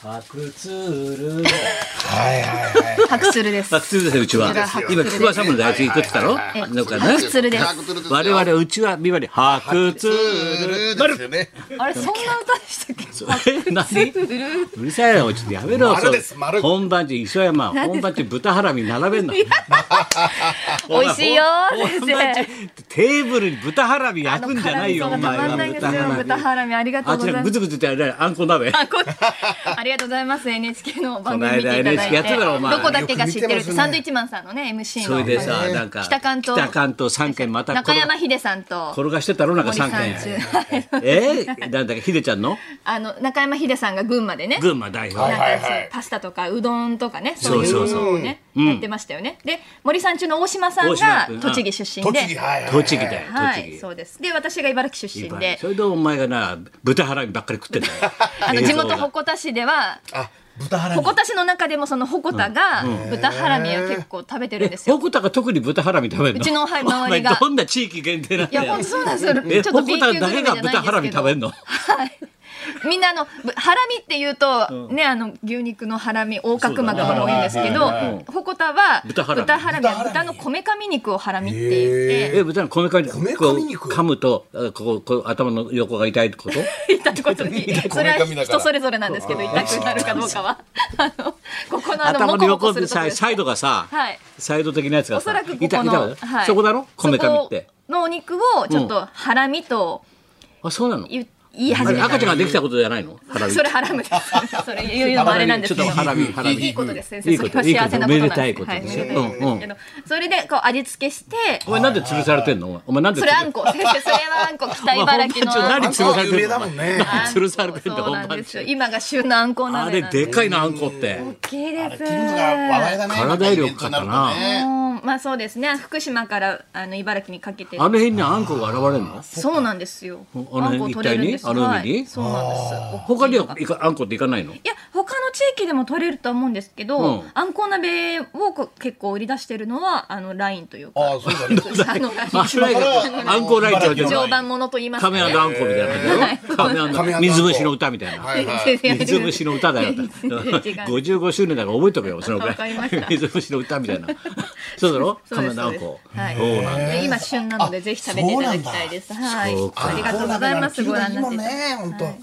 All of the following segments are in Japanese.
白鶴。 はいはいはい。 白鶴です。 白鶴ですようちは。今菊川さんも大学行くってたろ。なんかね。 白鶴です。 我々うちはビバリ白鶴。 ですよね。 あれそんな歌でしたっけ？ 何？うるさいよちょっとやめろ。 丸です丸。 本番中磯山本番中豚ハラミ並べんの。 美味しいよ先本番中生。 テーブルに豚ハラミ焼くんじゃないよお前は豚ハラミありがとうあちらございます。 グツグツってあれあんこ鍋。 ありがとうございます。NHK の番組見ていただいこの間 NHK やってたろおて、 前どこだけが知ってるってよく見てますねサンドイッチマンさんのね MC のそれでさなんか北関東 3軒また中山秀さんと転がしてたろなんか森さん 3 中軒。なんだっけ秀ちゃんの中山秀さんが群馬でね。 群馬代表。 なんかパスタとかうどんとかねそういうのをねやってましたよね。で森さん中の大島さんが栃木出身で、 栃木はいはい。 栃木だよはい栃木。 そうです。で私が茨城出身で、 それでお前がな豚ハラミばっかり食ってんだよ。 地元鉾田市ではあ、豚ハラミ。 鉾田市の中でもその鉾田が豚ハラミを結構食べてるんですよ。 鉾田が特に豚ハラミ食べるの？ うちのはい周りがお前どんな地域限定なんだよ。 いや本当そうなんですよ。ちょっと B 級グルメじゃないんですけど。 鉾田だけが豚ハラミ食べんの？ はい。みんなハラミっていうと、ね牛肉のハラミ横隔膜が多いんですけど、鉾田は豚ハラミは豚のこめかみ肉をハラミって言って豚のこめかみ肉噛むとこう頭の横が痛いってこと？ 痛いことにそれは人それぞれなんですけど痛くなるかどうかはここの頭のモコモコ横でするとこです。 サイドがさはいサイド的なやつがさおそらくここのはいそこだろこめかみって。 そこのお肉をちょっとハラミとあそうなの？ 言い始めた。 赤ちゃんができたことじゃないの？ハラミ。 それハラムです。それ言うのもあれなんですけど。 ちょっとハラミいいことです先生。 いいことそれは幸せなことなんです。 めでたいことですよはいめでたいことですけどそれでこう味付けして。 お前なんで吊るされてんの？お前なんで？ それあんこ。先生それはあんこ。北茨城の。 何吊るされてんの？ 有名だもんね。 吊るされてんだそう本番なんですよ。 中。 今が旬のあんこあれ鍋なんで。 でっかいなあんこって。 大きいです。 切るのが話題だね。 体力かったなまあそうですね。福島から茨城にかけて。 あの辺にあんこが現れるの？ そうなんですよ。 あの辺一帯に？あの海に？ そうなんです。 他にはあんこっていかないの？ いや他の地域でも取れると思うんですけど、あんこ鍋を結構売り出ししてるのはラインというか、 あ、そうだね。 あんこラインって言われてる常磐ものと言いますか亀あんこみたいな感じだろ。水虫の歌みたいな。水虫の歌だよ。55周年だから覚えとけよそのぐらい。水虫の歌みたいな。そうだろ？亀あんこ。 今旬なのでぜひ食べていただきたいです。はい。ありがとうございます。ご覧になって。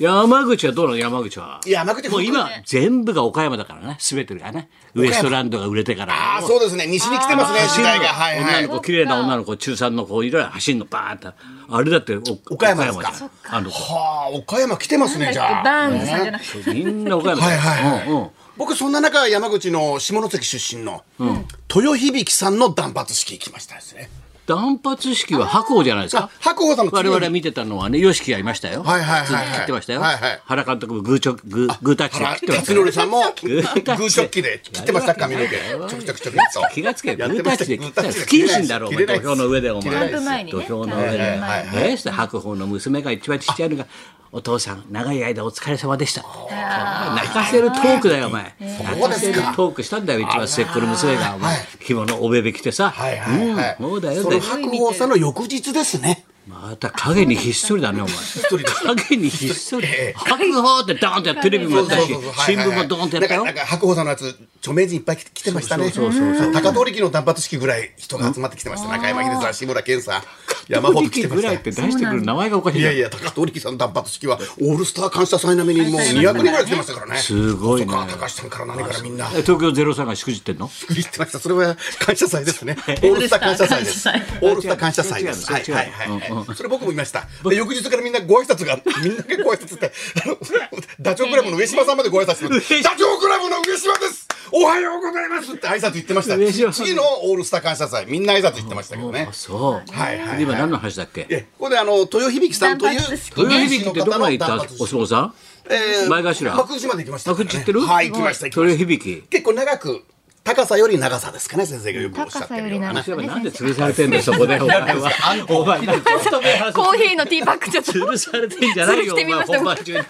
山口はどうなの？山口は。 山口もう今全部が岡山だからね。全てがね。ウエストランドが売れてから。 ああそうですね。西に来てますね時代が。はいはい。 女の子綺麗な女の子中3の子いろいろ走んのバーってあれだって岡山ですか。はあ岡山来てますねじゃあ。 バーンズさんじゃなくてみんな岡山。 はいはい。僕そんな中山口の下関出身の豊響さんの断髪式行きましたですね。 断髪式は白鵬じゃないですか。 白鵬さんの我々見てたのはね、吉木がいましたよ。 はいはいはい。 切ってましたよ。 はいはい。 原監督もグータッチで切ってました辰徳さんもグーチョッキで切ってました髪の毛。ちょくちょくちょくと。 気がつけよ。グータッチで切ったら不謹慎だろお前土俵の上でお前。土俵の上で。白鵬の娘が一番ちっちゃいのが。お父さん長い間お疲れ様でした。泣かせるトークだよお前。泣かせるトークしたんだよ一番末っ子の娘がお前紐のおべべ着てさ。そうだよ。 その白鵬さんの翌日ですね。 また影にひっそりだねお前。影にひっそり。白鵬ってドーンってテレビもやったし新聞もドーンってやったよ。 なんか白鵬さんのやつ著名人いっぱい来てましたね。高通力の断髪式ぐらい人が集まってきてました。中山秀さん、志村けんさん、山本来てました。 ぐらいって出してくる名前がおかしい。 いやいや高通力さんの断髪式はオールスター感謝祭並みにもう200人ぐらい来てましたからね。 すごいね。 高橋さんから何からみんな。 東京03がしくじってんの？ しくじってました。それは感謝祭ですね。オールスター感謝祭です。オールスター感謝祭です。はいはいはい。それ僕も見ました。翌日からみんなご挨拶がみんなでご挨拶ってダチョウ倶楽部の上島さんまでご挨拶してダチョウ倶楽部の上島です。おはようございますって挨拶言ってました。次のオールスター感謝祭みんな挨拶言ってましたけどね。 そう。 はいはい。 今何の話だっけ？ ここで豊響さんという豊響ってどこまで行ったお相撲さん？前頭。 幕内まで行きました。 幕内行ってる？ はい行きました。 豊響。 結構長く。高さより長さですかね先生がよくおっしゃってるような。 なんで吊るされてんだよそこでお前は。お前コーヒーのティーバッグちょっと吊るされてんじゃないよお前本番中に。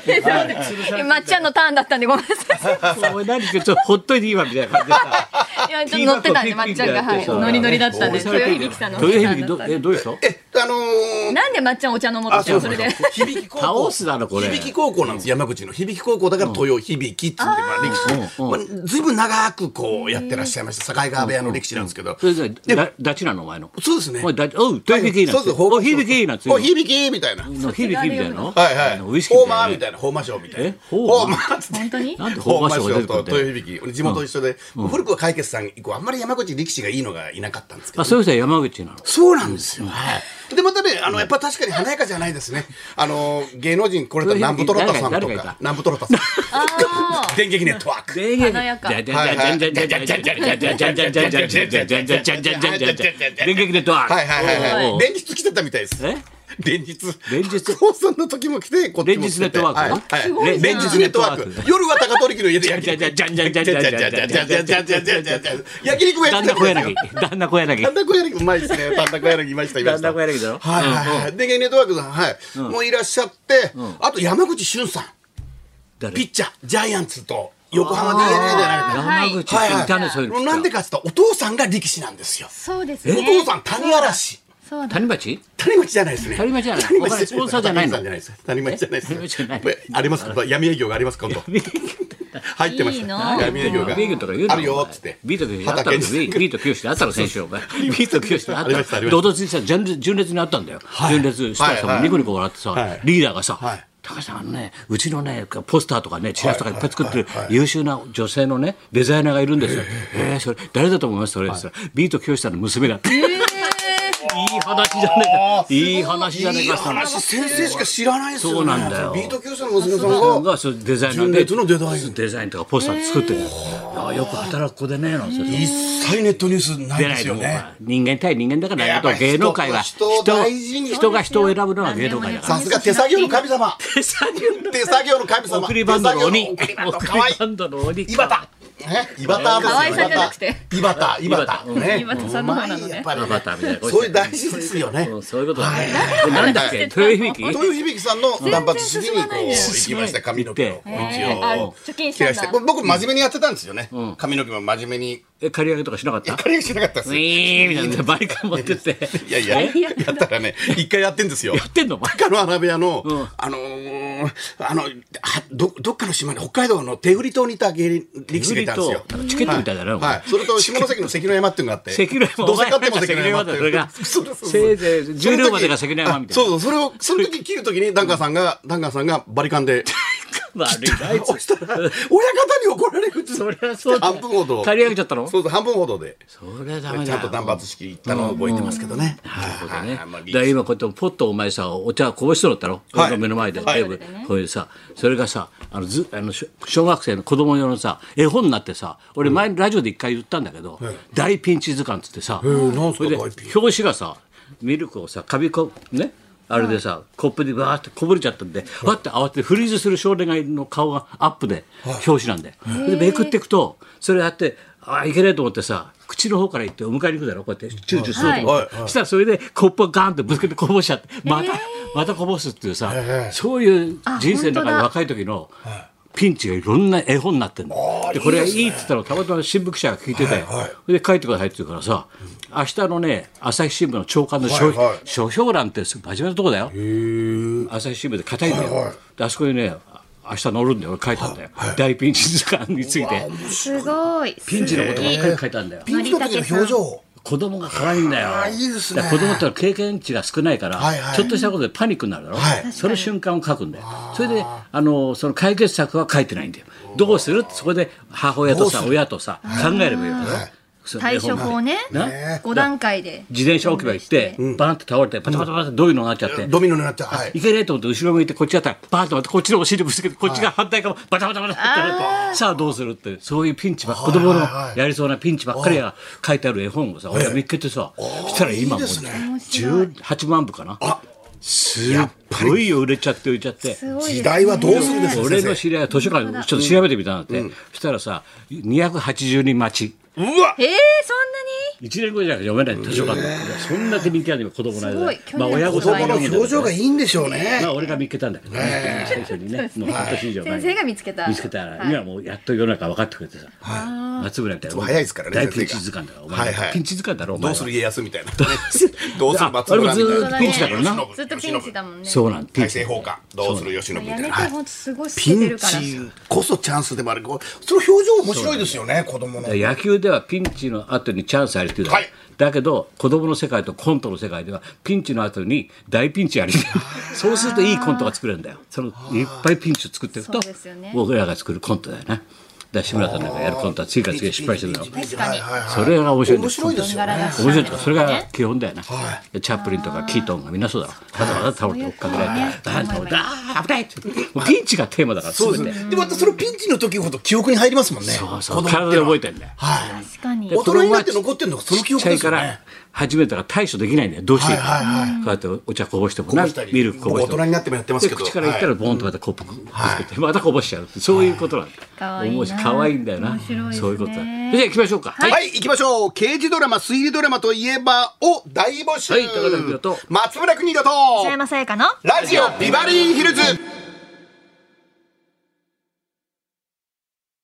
まっちゃんのターンだったんでごめんなさい。 お前何ちょっとほっといていいわみたいな感じでさ。 やちょっと乗ってたんで、まっちゃんが、はい、ノリノリだったんで、豊響さんのお客さんだったんで。 どういう人？ なんでまっちゃんお茶飲もうとしてるそれで。 響高校。 倒すだろこれ。 響高校なんです。山口の響高校だから豊響っつって歴史。ずいぶん長くこうやってらっしゃいました。境川部屋の歴史なんですけど。 それでダチなのお前の。 そうですね。 お豊響なんです。お響なんですよ。 響みたいな。 響みたいなの。 はいはい。 ウイスキーホーマーみたいなホーマーショーみたいな。ホーマー本当に？ なんでホーマーショーと豊響地元一緒で古くは解決さん以降あんまり山口力士がいいのがいなかったんですけど。 あ、そういう人は山口なの。 そうなんですよ。はい。でまたねやっぱ確かに華やかじゃないですね。芸能人これだ南部トロタさんとか南部トロタさん。電撃ネットワーク。 華やか。 電撃ネットワーク。 はいはいはい。連日来てたみたいです。連日放送の時も来てこっちも来て連日ネットワーク連日ネットワーク夜は高取家の家で焼肉焼肉もやってたんですよ。 旦那小柳うまいですね。旦那小柳いました旦那小柳だろ。 はいはいはい。電撃ネットワークさんはいもういらっしゃってあと山口俊さんピッチャージャイアンツと横浜 DNA でやられて山口っていたねそういうの。 なんでかって言ったらお父さんが力士なんですよ。 そうですね。 お父さん谷嵐。 谷町じゃないですね。 谷町じゃない。スポンサーじゃないの。 谷町じゃないです。ありますか。闇営業がありますか。今度。入ってました。闇営業があるよっつって。 ビート清であったの選手の。ビート清であった。堂々とした純烈にあったんだよ。純烈したらさニコニコ笑ってさリーダーがさ。高橋さんうちのねポスターとかねチラシとかいっぱい作ってる優秀な女性のねデザイナーがいるんですよ。それ誰だと思います？それビート清さんの娘だって。いい話じゃねえか。いい話じゃねえか。 先生しか知らないですよね。 そうなんだよ。 ビート清さんの娘さんがデザイナーでデザインとかポスター作ってる。よく働く子でねえの。 一切ネットニュースないですよね。 人間対人間だからね。芸能界は人が人を選ぶのは芸能界だから。 さすが手作業の神様。手作業の神様。 送りバンドの鬼。 井端。井端河合さんじゃなくて井端井端さんの方なのね。 そういう大事ですよね。 そういうことだね。なんだっけ豊響さんの断髪式にこう行きました髪の毛を貯金したんだ。 僕真面目にやってたんですよね。髪の毛も真面目に。 刈り上げとかしなかった？ 刈り上げしなかったです。 みたいなバリカン持ってって。 いややったらね一回やってんですよ。 やってんの？ 高野花部屋のどっかの島に北海道の手売島にいた力士がいたんですよ。 チケットみたいだな。 はい。それと下関の関の山っていうのがあって。 関の山。 どうせ買っても関の山って。 それがせいぜい重量までが関の山みたいな。 そうその時切る時にダンカーさんがバリカンで。 悪いあいつ親方に怒られるって。 そりゃそうだ。 半分ほど刈り上げちゃったの？ そう半分ほどで。 それはダメだ。 ちゃんと断髪式行ったのを覚えてますけどね。 なるほどね。だから今こうやってポッとお前さお茶こぼしとるったろ。俺の目の前でテーブルこういうさそれがさ小学生の子供用のさ絵本になってさ俺前にラジオで一回言ったんだけど大ピンチ図鑑っつってさそれで表紙がさミルクをさねあれでさコップでバーってこぼれちゃったんでわって慌ててフリーズする少年の顔がアップで表紙なんででめくっていくとそれやっていけないと思ってさ口の方から行ってお迎えに行くだろこうやってチューチューすると思ってしたらそれでコップをガーンってぶつけてこぼしちゃってまたこぼすっていうさそういう人生の中で若い時のピンチがいろんな絵本になってるのでこれがいいって言ったらたまたま新聞記者が聞いててで書いてくださいって言うからさ明日のね朝日新聞の朝刊の書評欄って真面目なとこだよ朝日新聞で硬いんだよあそこにね明日載るんだよ書いたんだよ大ピンチ図鑑についてすごいピンチのことばっかり書いたんだよピンチの時の表情子供が可愛いんだよ。 いいですね。 子供って経験値が少ないから、ちょっとしたことでパニックになるだろ。その瞬間を書くんだよ。それでその解決策は書いてないんだよ。どうするってそこで母親とさ親とさ考えればいいよ。 対処法ね5段階で自転車置き場行ってバーンって倒れてパタパタパタドミノになっちゃってドミノになっちゃういけねえと思って後ろ向いてこっちやったらバーンとこっちのお尻ぶつけてこっちが反対側バタバタバタってさあどうするってそういうピンチばっか子供のやりそうなピンチばっかりが書いてある絵本をさ俺が見つけてさそしたら今もう18万部かなすっごいよ売れちゃって時代はどうするんですか俺の知り合いは図書館ちょっと調べてみたんだってそしたらさ280人待ちうわそんなに 1年後じゃ読めない図書館でそんなに人気あるの子供の間で親御子供の表情がいいんでしょうね。 俺が見つけたんだけどね最初にねもう半年以上前に先生が見つけたら今もうやっと世の中分かってくれてさ松村みたいな早いですからね大ピンチ図鑑だからお前ピンチ図鑑だろお前どうする家康みたいなどうする松村みたいなピンチだからなずっとピンチだもんね。 そうなん大政奉還どうする慶喜みたいなピンチこそチャンスでもあるその表情面白いですよね子供の。 野球ではピンチの後にチャンスありっていうだけど子供の世界とコントの世界ではピンチの後に大ピンチありそうするといいコントが作れるんだよ。そのいっぱいピンチを作っていくと僕らが作るコントだよね。志村さんなんかやるコントは次から次へ失敗してるの。それが面白いんです。 面白いですよね。 面白いとかそれが基本だよな。チャップリンとかキートンがみんなそうだろ。わざわざ倒れて追っかけられて危ないピンチがテーマだからそうですね。でまたそのピンチの時ほど記憶に入りますもんね。 そう体で覚えてるんだよ。 確かに大人になって残ってるのがその記憶ですよね。 初めてから対処できないんだよどうしていいかこうやってお茶こぼしてもなミルクこぼしても大人になってもやってますけど口からいったらボンとまたコップぶつけてまたこぼしちゃうそういうことなんだ。かわいいんだよな。そういうことだ。じゃあ行きましょうか。 はい行きましょう。刑事ドラマ推理ドラマといえばを大募集。 高田文夫と松村邦洋と磯山さやかのラジオビバリーヒルズ。